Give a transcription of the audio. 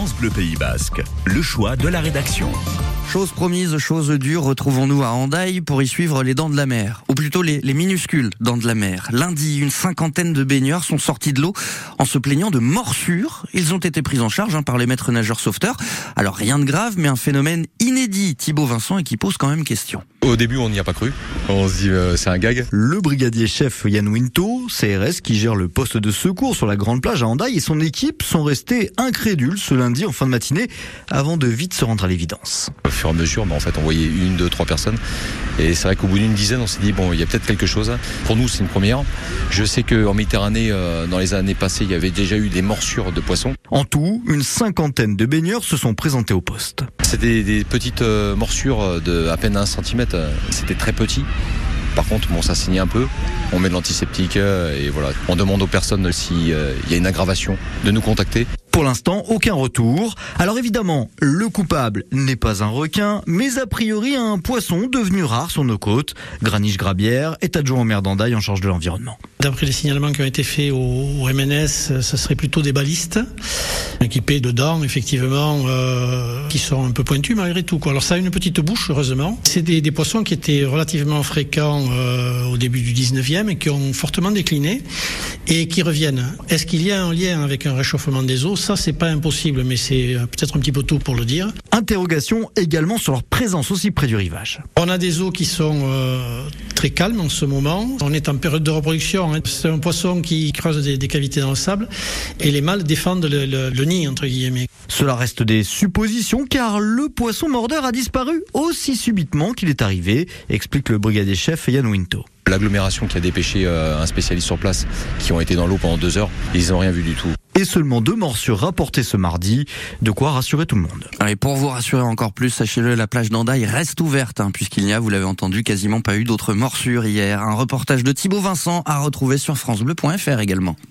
France Bleu Pays Basque, le choix de la rédaction. Chose promise, chose dure, retrouvons-nous à Hendaye pour y suivre les dents de la mer, ou plutôt les minuscules dents de la mer. Lundi, une 50aine de baigneurs sont sortis de l'eau en se plaignant de morsures. Ils ont été pris en charge par les maîtres nageurs sauveteurs. Alors rien de grave, mais un phénomène inédit, Thibaut Vincent, et qui pose quand même question. Au début, on n'y a pas cru. On se dit c'est un gag. Le brigadier chef Yann Winto, CRS, qui gère le poste de secours sur la grande plage à Hendaye, et son équipe sont restés incrédules ce lundi en fin de matinée, avant de vite se rendre à l'évidence. Au fur et à mesure, en fait, on voyait 1, 2, 3 personnes. Et c'est vrai qu'au bout d'une dizaine, on s'est dit, bon, il y a peut-être quelque chose. Pour nous, c'est une première. Je sais qu'en Méditerranée, dans les années passées, il y avait déjà eu des morsures de poissons. En tout, une 50aine de baigneurs se sont présentés au poste. C'était des petites morsures de à peine 1 centimètre. C'était très petit. Par contre, ça saignait un peu. On met de l'antiseptique et voilà. On demande aux personnes s'il y a une aggravation de nous contacter. Pour l'instant, aucun retour. Alors évidemment, le coupable n'est pas un requin, mais a priori un poisson devenu rare sur nos côtes. Graniche Grabière est adjoint au maire d'Hendaye en charge de l'environnement. D'après les signalements qui ont été faits au MNS, ce serait plutôt des balistes équipés de dents, effectivement, qui sont un peu pointus malgré tout. Alors ça a une petite bouche, heureusement. C'est des poissons qui étaient relativement fréquents au début du 19e et qui ont fortement décliné et qui reviennent. Est-ce qu'il y a un lien avec un réchauffement des eaux ? Ça, c'est pas impossible, mais c'est peut-être un petit peu tôt pour le dire. Interrogation également sur leur présence aussi près du rivage. On a des eaux qui sont très calmes en ce moment. On est en période de reproduction. C'est un poisson qui creuse des cavités dans le sable et les mâles défendent le nid, entre guillemets. Cela reste des suppositions car le poisson mordeur a disparu aussi subitement qu'il est arrivé, explique le brigadier chef Yann Winto. L'agglomération qui a dépêché un spécialiste sur place, qui ont été dans l'eau pendant 2 heures, ils n'ont rien vu du tout. Et seulement 2 morsures rapportées ce mardi, de quoi rassurer tout le monde. Et pour vous rassurer encore plus, sachez-le, la plage d'Hendaye reste ouverte, puisqu'il n'y a, vous l'avez entendu, quasiment pas eu d'autres morsures hier. Un reportage de Thibaut Vincent à retrouver sur francebleu.fr également.